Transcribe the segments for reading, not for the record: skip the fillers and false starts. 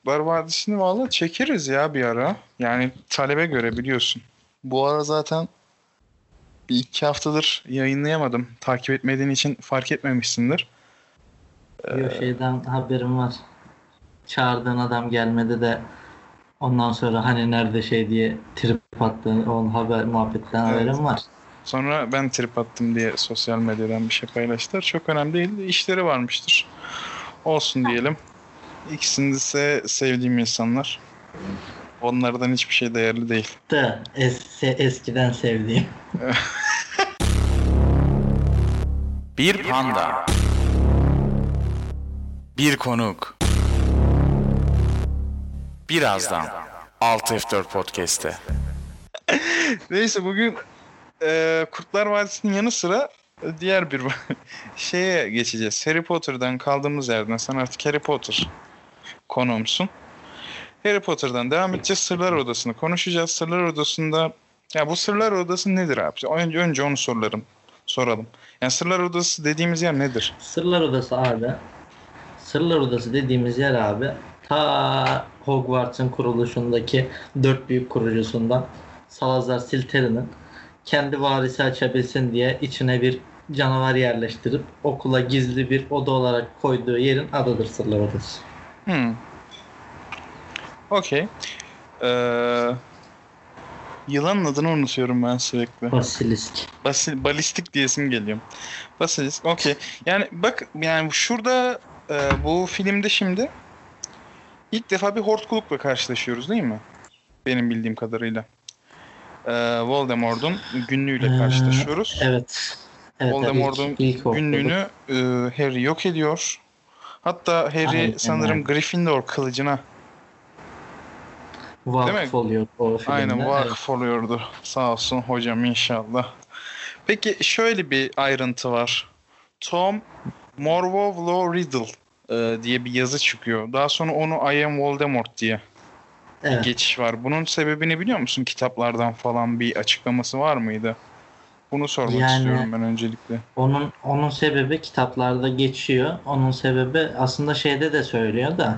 Kurtlar Vadisi'ni valla çekeriz ya bir ara. Yani talebe göre biliyorsun. Bu ara zaten bir iki haftadır yayınlayamadım. Takip etmediğin için fark etmemişsindir. Yok, şeyden haberim var. Çağırdığın adam gelmedi de ondan sonra hani nerede şey diye trip attığın onun haber muhabbetten Evet. haberim var. Sonra ben trip attım diye sosyal medyadan bir şey paylaştılar. Çok önemli değil. İşleri varmıştır. Olsun diyelim. İkisini de sevdiğim insanlar. Onlardan hiçbir şey değerli değil. Da eskiden sevdiğim. Bir panda, bir konuk. Birazdan 6F4 Podcast'te. Neyse bugün Kurtlar Vadisi'nin yanı sıra diğer bir şeye geçeceğiz. Harry Potter'dan kaldığımız yerden sen artık Harry Potter konuğumsun. Harry Potter'dan devam edeceğiz. Sırlar Odası'nı konuşacağız. Sırlar Odası'nda ya bu Sırlar Odası nedir abi? Önce onu soralım. Yani Sırlar Odası dediğimiz yer nedir? Sırlar Odası abi. Sırlar Odası dediğimiz yer abi. Ta Hogwarts'ın kuruluşundaki dört büyük kurucusundan Salazar Slytherin'in kendi varisi açabilsin diye içine bir canavar yerleştirip okula gizli bir oda olarak koyduğu yerin adıdır Sırlar Odası. Okey. Ee, Yılanın adını unutuyorum ben sürekli. Basilisk. Balistik diyesim geliyor. Basilisk. Okey. Yani bak yani şurada bu filmde şimdi ilk defa bir hortkulukla karşılaşıyoruz değil mi? Benim bildiğim kadarıyla. Voldemort'un günlüğüyle karşılaşıyoruz. Evet. Evet, Voldemort'un ilk günlüğünü Harry yok ediyor. Hatta Harry Aynen sanırım öyle. Gryffindor kılıcına değil mi? Vakıf oluyor o filmde. Aynen Evet. vakıf oluyordu. Sağ olsun hocam inşallah. Peki şöyle bir ayrıntı var. Tom Marvolo Riddle diye bir yazı çıkıyor. Daha sonra onu I am Voldemort diye bir Evet. geçiş var. Bunun sebebini biliyor musun? Kitaplardan falan bir açıklaması var mıydı? Bunu sormak Yani istiyorum ben öncelikle. onun sebebi kitaplarda geçiyor. Onun sebebi aslında şeyde de söylüyor da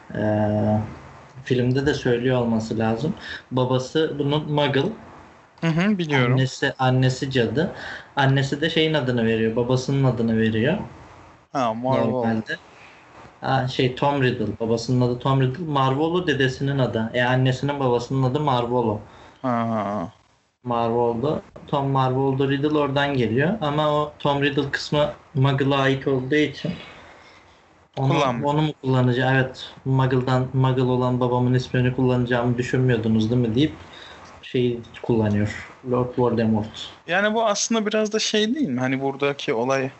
filmde de söylüyor olması lazım. Babası bunun Muggle, Hı, biliyorum. annesi cadı. Annesi de şeyin adını veriyor. Babasının adını veriyor Ha, Marvel. normalde. Tom Riddle. Babasının adı Tom Riddle. Marvolo dedesinin adı. Annesinin babasının adı Marvolo. Ha, Marvel'da. Tom Marvel'da Riddle oradan geliyor. Ama o Tom Riddle kısmı Muggle'a ait olduğu için kullanmıyor. onu mu kullanacağım? Evet. Muggle olan babamın ismini kullanacağımı düşünmüyordunuz değil mi deyip şeyi kullanıyor. Lord Voldemort. Yani bu aslında biraz da şey değil mi? Hani buradaki olay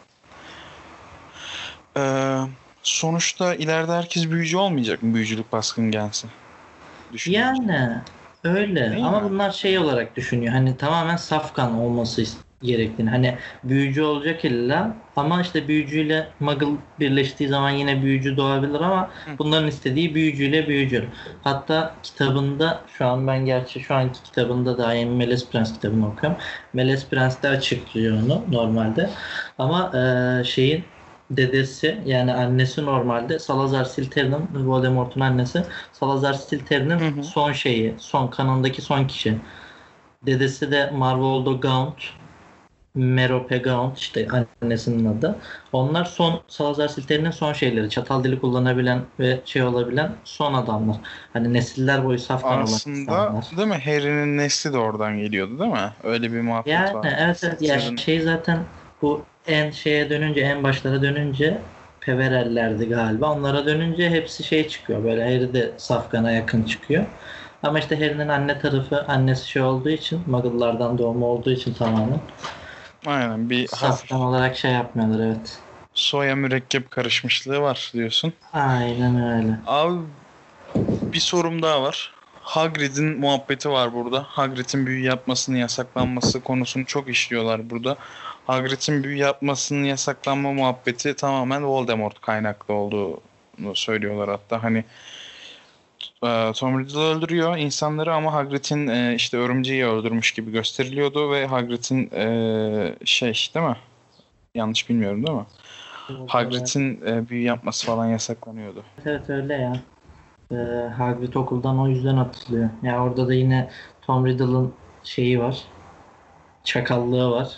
sonuçta ileride herkes büyücü olmayacak mı? Büyücülük baskın gelse. Düşününce. Yani öyle Değil ama mi? bunlar şey olarak düşünüyor. Hani tamamen safkan olması gerektiğini. Hani büyücü olacak illa ama işte büyücüyle Muggle birleştiği zaman yine büyücü doğabilir ama Hı. bunların istediği büyücüyle büyücü. Hatta kitabında şu an ben gerçi şu anki kitabında da yani Melez Prens kitabını okuyorum. Melez Prens'te açıklıyor onu normalde. Ama şeyin dedesi yani annesi normalde Salazar Slytherin'in Voldemort'un annesi Salazar Slytherin'in Hı hı. son kanındaki son kişi. Dedesi de Marvoldo Gaunt, Merope Gaunt işte annesinin adı. Onlar son Salazar Slytherin'in son şeyleri. Çatal dili kullanabilen ve şey olabilen son adamlar. Hani nesiller boyu safkan olan Aslında insanlar. değil mi? Harry'nin nesli de oradan geliyordu değil mi? Öyle bir muhabbet Yani vardı. evet ya Slytherin. zaten bu en başlara dönünce Peverell'lerdi galiba. Onlara dönünce hepsi çıkıyor. Böyle Harry de Safkan'a yakın çıkıyor. Ama işte Harry'nin anne tarafı annesi olduğu için Muggle'lardan doğma olduğu için tamamen Aynen bir Safkan hafif olarak yapmıyorlar evet. soya mürekkep karışmışlığı var diyorsun. Aynen öyle. Abi bir sorum daha var. Hagrid'in muhabbeti var burada. Hagrid'in büyü yapmasının yasaklanması konusunu çok işliyorlar burada. Hagrid'in büyü yapmasının yasaklanma muhabbeti tamamen Voldemort kaynaklı olduğunu söylüyorlar hatta. Hani Tom Riddle öldürüyor insanları ama Hagrid'in işte örümceği öldürmüş gibi gösteriliyordu ve Hagrid'in değil mi? Yanlış bilmiyorum değil mi? Evet, Hagrid'in büyü yapması falan yasaklanıyordu. evet öyle ya. Hagrid okuldan o yüzden atılıyor. Yani orada da yine Tom Riddle'ın şeyi var. Çakallığı var.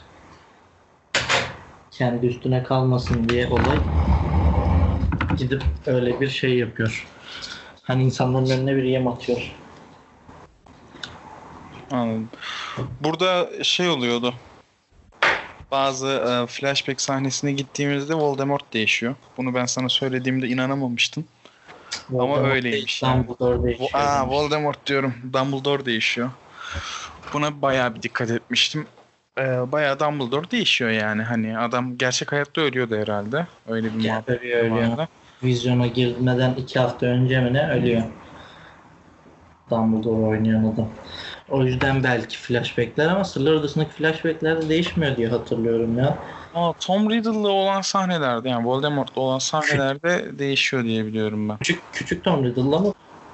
Kendi üstüne kalmasın diye olay gidip öyle bir şey yapıyor. Hani insanların önüne bir yem atıyor. Anladım. Burada şey oluyordu. Bazı flashback sahnesine gittiğimizde Voldemort değişiyor. Bunu ben sana söylediğimde inanamamıştın. Ama öyleymiş yani. Dumbledore değişiyor. Voldemort diyorum. Dumbledore değişiyor. Buna bayağı bir dikkat etmiştim. Bayağı Dumbledore değişiyor yani. Hani adam gerçek hayatta ölüyordu herhalde. Öyle bir muhabbet Ölüyor. vardı. Vizyona girmeden 2 hafta önce mi ne ölüyor. Dumbledore oynayan adam. O yüzden belki flashbackler ama Sırlar Odası'ndaki flashbackler de değişmiyor diye hatırlıyorum ya. Ama Tom Riddle'lı olan sahnelerde yani Voldemort'la olan sahnelerde değişiyor diye biliyorum ben. Küçük Tom Riddle'la mı?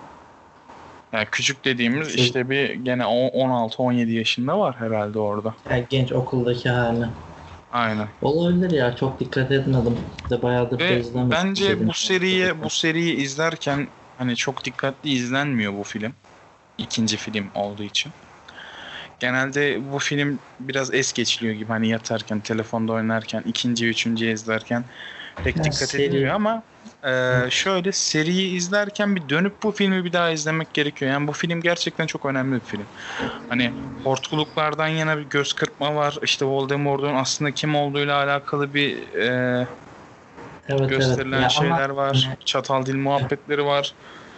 Yani küçük dediğimiz işte bir gene 16-17 yaşında var herhalde orada. Yani genç okuldaki hali. Aynen. Olabilir ya, çok dikkat etmedim. De bayağıdır Ve izlemedim. bence bu seriyi izlerken hani çok dikkatli izlenmiyor bu film. İkinci film olduğu için. Genelde bu film biraz es geçiliyor gibi hani yatarken, telefonda oynarken, ikinci, üçüncü izlerken pek dikkat edilmiyor ama şöyle seriyi izlerken bir dönüp bu filmi bir daha izlemek gerekiyor. Yani bu film gerçekten çok önemli bir film. Hani hortkuluklardan yana bir göz kırpma var. İşte Voldemort'un aslında kim olduğuyla alakalı bir gösterilen Ya şeyler ama var. Çatal dil muhabbetleri var.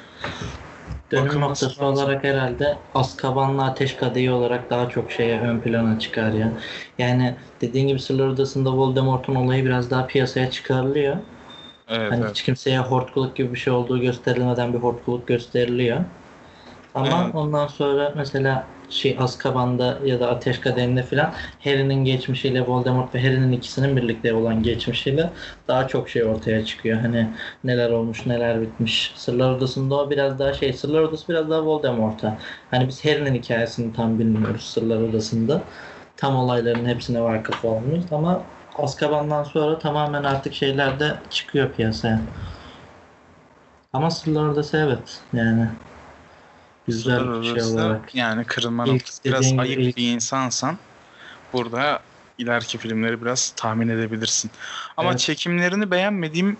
dönüm Bakılması noktası lazım. olarak herhalde Azkaban'la Ateş Kadehi olarak daha çok şeye ön plana çıkar ya. Yani dediğin gibi Sırlar Odası'nda Voldemort'un olayı biraz daha piyasaya çıkarılıyor. Evet, Hani evet. hiç kimseye hortkuluk gibi bir şey olduğu gösterilmeden bir hortkuluk gösteriliyor. Ama Evet. ondan sonra mesela Azkaban'da ya da Ateş Kadehi'nde filan Harry'nin geçmişiyle Voldemort ve Harry'nin ikisinin birlikte olan geçmişiyle daha çok şey ortaya çıkıyor. Hani neler olmuş, neler bitmiş. Sırlar Odası'nda o biraz daha Sırlar Odası biraz daha Voldemort'a. Hani biz Harry'nin hikayesini tam bilmiyoruz Sırlar Odası'nda. Tam olayların hepsine vakıf olmuyoruz ama Azkaban'dan sonra tamamen artık şeyler de çıkıyor piyasaya. Ama Sırlar Odası evet yani güzel Sırlar bir şey Odası olarak. yani kırılma İlk noktası. Biraz dediğin gibi ayık ilk. bir insansan burada ileriki filmleri biraz tahmin edebilirsin. Ama Evet. çekimlerini beğenmediğim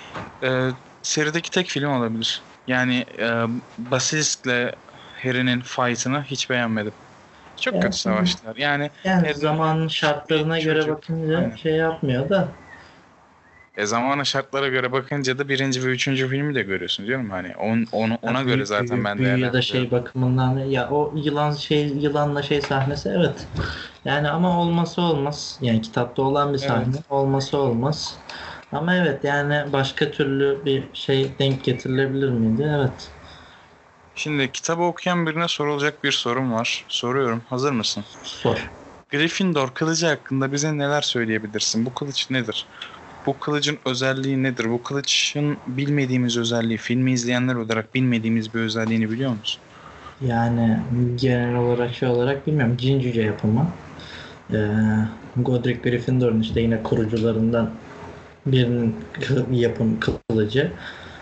serideki tek film olabilir. Yani Basilisk'le Harry'nin fight'ını hiç beğenmedim. Çok Yani, kötü savaştılar. Yani yani Harry zamanın küçük şartlarına bir göre çocuk. bakınca Aynen. şey yapmıyor da. Zamanın şartlara göre bakınca da birinci ve üçüncü filmi de görüyorsun diyorum hani ona göre zaten ben Büyü ya da değerlendiriyorum. bakımından ya o yılanla sahnesi evet. Yani ama olması olmaz. Yani kitapta olan bir sahne Evet. olması olmaz. Ama evet yani başka türlü bir şey denk getirilebilir miydi? Evet. Şimdi kitabı okuyan birine sorulacak bir sorum var. Soruyorum. Hazır mısın? Sor. Gryffindor kılıcı hakkında bize neler söyleyebilirsin? Bu kılıç nedir? Bu kılıcın özelliği nedir? Bu kılıçın bilmediğimiz özelliği, filmi izleyenler olarak bilmediğimiz bir özelliğini biliyor musun? Yani genel olarak olarak bilmiyorum. Cin cüce yapımı. Godric Gryffindor'un işte yine kurucularından birinin yapım kılıcı.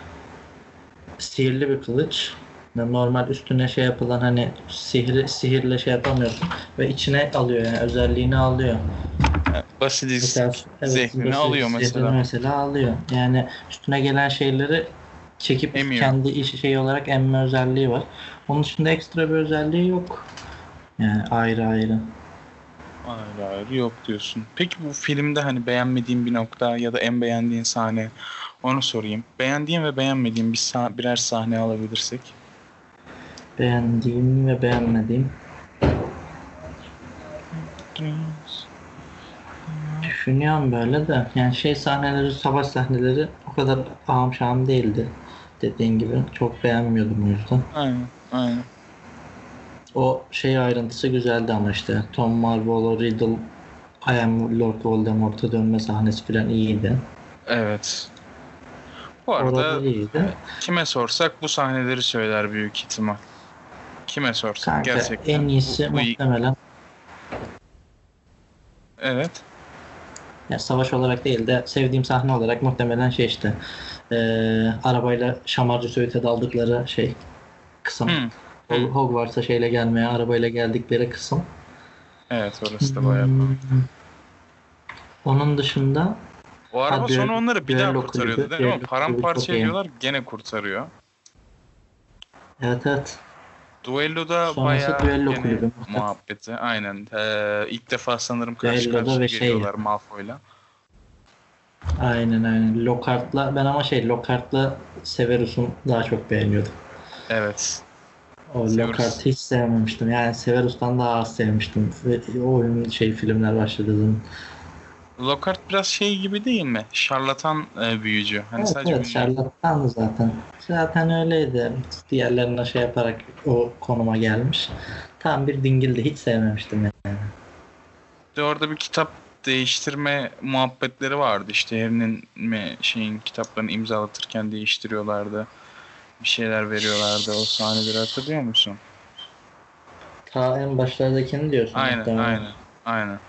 Sihirli bir kılıç. Yani normal üstüne yapılan hani sihirle yapamıyorsun ve içine alıyor yani özelliğini alıyor. Basilisk Mesela zehrini alıyor zehrini mesela. mesela alıyor. Yani üstüne gelen şeyleri çekip Emiyor. kendi işi olarak emme özelliği var. Onun dışında ekstra bir özelliği yok. Yani ayrı ayrı. Hayır hayır yok diyorsun. Peki bu filmde hani beğenmediğin bir nokta ya da en beğendiğin sahne onu sorayım. Beğendiğin ve beğenmediğin birer sahne alabilirsek. Beğendiğim ve beğenmediğim. Düşünüyorum böyle de. Yani sahneleri, savaş sahneleri o kadar ahım şahım değildi. Dediğin gibi. Çok beğenmiyordum o yüzden. Aynen. O ayrıntısı güzeldi ama işte Tom Marvolo, Riddle, I am Lord Voldemort'a dönme sahnesi falan iyiydi. Evet. Bu Orada arada iyiydi. kime sorsak bu sahneleri söyler büyük ihtimal. Kime sorsak Kanka gerçekten. en iyisi bu iyi. muhtemelen Evet. ya savaş olarak değil de sevdiğim sahne olarak muhtemelen işte Arabayla şamarcı Söğüt'e daldıkları kısım. Hogwarts'a gelmeye arabayla geldikleri kısım. Evet, orası da bayağı. Onun dışında O araba sonra onları bir daha düello kurtarıyordu kulübü, değil mi? düello Paramparça kulübü çok iyi. ediyorlar, gene kurtarıyor. Evet. Duello'da Sonrası bayağı düello gene kulübü. muhabbeti. Aynen. İlk defa sanırım karşı Düello'da karşıya ve geliyorlar Malfoy'la. Aynen. Lockhart'la ben ama Lockhart'la Severus'un daha çok beğeniyordum. Evet. O Lockhart'ı hiç sevmemiştim. Yani Severus'tan daha az sevmiştim. Ve o oyunun filmler başladığında. Lockhart biraz şey gibi değil mi? Şarlatan büyücü. Hani sadece Evet, şarlatan zaten. Zaten öyleydi. Diğerlerine yaparak o konuma gelmiş. Tam bir dingildi. Hiç sevmemiştim yani. orada bir kitap değiştirme muhabbetleri vardı. İşte Harry'nin kitaplarını imzalatırken değiştiriyorlardı. Bir şeyler veriyorlardı. O sahneleri hatırlıyor musun? Ta en başlardakini diyorsun. Aynen.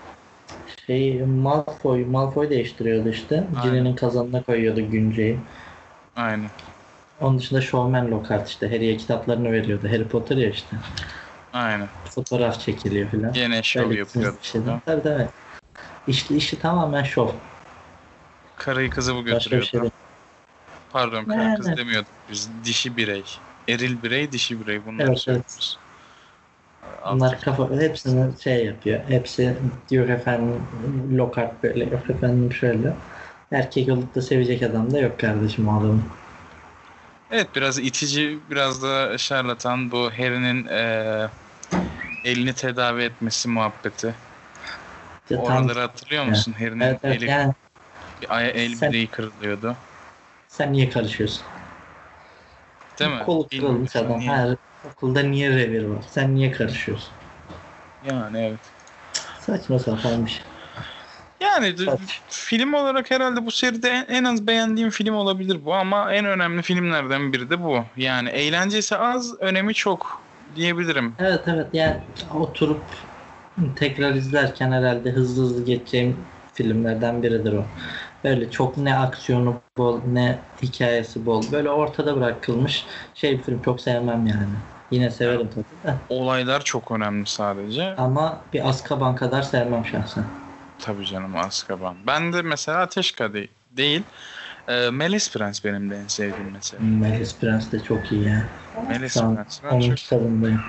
Malfoy değiştiriyordu işte. Ginny'nin kazanına koyuyordu Günce'yi. Aynen. Onun dışında Showman Lockhart işte. Harry'e kitaplarını veriyordu. Harry Potter ya işte. Aynen. Fotoğraf çekiliyor filan. Gene şov yapıyordu. Tabii. İşi tamamen şov. Karıyı kızı bu Başka bir götürüyordu. Pardon, karı kız Yani. demiyorduk biz. Dişi birey. Eril birey, dişi birey. Bunları Evet. söylüyoruz. Bunlar hepsini yapıyor. Hepsi diyor efendim Lockhart böyle, yok efendim şöyle. Erkek olup da sevecek adam da yok kardeşim o adamı. Evet, biraz itici, biraz da şarlatan bu Harry'nin elini tedavi etmesi muhabbeti. Oraları hatırlıyor musun? Harry'nin Evet, eli, yani el bileği kırılıyordu. sen niye karışıyorsun? Değil mi? Kolu kırılmış adam. Her okulda niye revir var? Sen niye karışıyorsun? Yani evet. Saçma sapan bir şey. Yani film olarak herhalde bu seride en az beğendiğim film olabilir bu, ama en önemli filmlerden biri de bu. Yani eğlencesi az, önemi çok diyebilirim. Evet, yani oturup tekrar izlerken herhalde hızlı geçeceğim filmlerden biridir o. Böyle çok ne aksiyonu bol ne hikayesi bol. Böyle ortada bırakılmış bir film, çok sevmem yani. Yine severim tabii de. Olaylar çok önemli sadece. Ama bir Azkaban kadar sevmem şahsen. Tabii canım, Azkaban. Ben de mesela Ateş Kadehi değil. Melis Prens benim de en sevdiğim mesela. Melis Prens de çok iyi ya. Melis Şu an Prens. Ben onun çok... kitabındayım.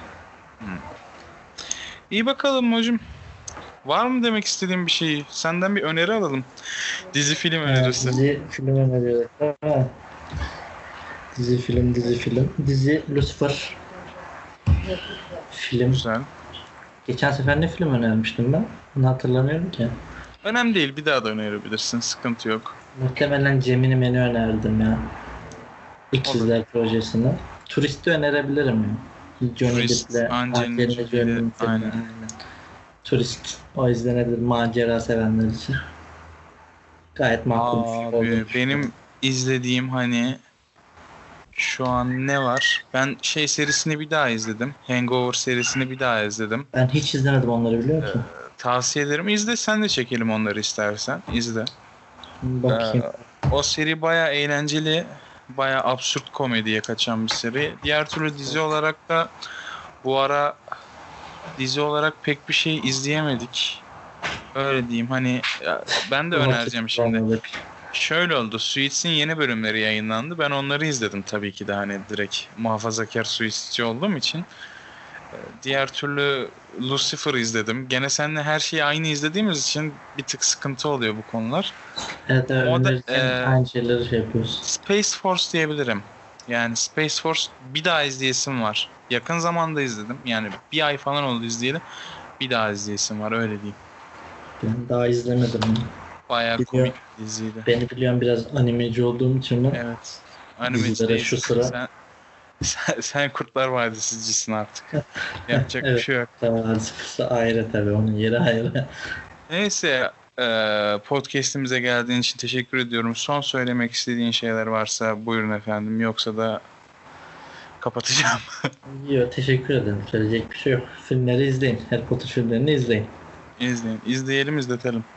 İyi bakalım hocam. Var mı demek istediğim bir şey? Senden bir öneri alalım. Dizi film önerisi. Dizi film öneriyorlar. Dizi film. Dizi Lucifer. Film. Güzel. Geçen sefer ne film önermiştim ben? Bunu hatırlamıyorum ki. Önemli değil. Bir daha da önerebilirsin. Sıkıntı yok. Muhtemelen Gemini Men'i önerdim ya. İkizler Projesi'ni. Turist'i önerebilirim ya. Johnny Turist, Depp'le Angelina Jolie'yle, Jolie'nin filmi. aynen. Turist. O izlenebilir macera sevenler için. Gayet makul bir film Abi, olmuş. benim izlediğim şu an ne var? Ben serisini bir daha izledim. Hangover serisini bir daha izledim. Ben hiç izlemedim onları, biliyor musun? Tavsiye ederim. İzle, sen de çekelim onları istersen. İzle. Bakayım. O seri bayağı eğlenceli, bayağı absürt komediye kaçan bir seri. Diğer türlü dizi olarak da bu ara pek bir şey izleyemedik. Öyle diyeyim. Ben de önereceğim şimdi. Şöyle oldu. Suits'in yeni bölümleri yayınlandı. Ben onları izledim tabii ki de direkt muhafazakar Suits'çi olduğum için. Diğer türlü Lucifer izledim. Gene seninle her şeyi aynı izlediğimiz için bir tık sıkıntı oluyor bu konular. Evet, aynı şeyleri yapıyoruz. Space Force diyebilirim. Yani Space Force bir daha izleyesim var. Yakın zamanda izledim. Yani bir ay falan oldu izleyeli. Bir daha izleyesim var, öyle diyeyim. Ben daha izlemedim. Bayağı komik bir diziydi. Beni biliyorum, biraz animeci olduğum için ben. Evet. Dizilere şu sıra. Sen Kurtlar Vadisi'cisin artık. Yapacak bir Evet. şey yok. Tamam, ayrı tabii, onun yeri ayrı. Neyse, podcast'imize geldiğin için teşekkür ediyorum. Son söylemek istediğin şeyler varsa buyurun efendim. Yoksa da kapatacağım. Yok, teşekkür ederim. Söyleyecek bir şey yok. Filmleri izleyin. Harry Potter filmlerini izleyin. İzleyin. İzleyelim, izletelim.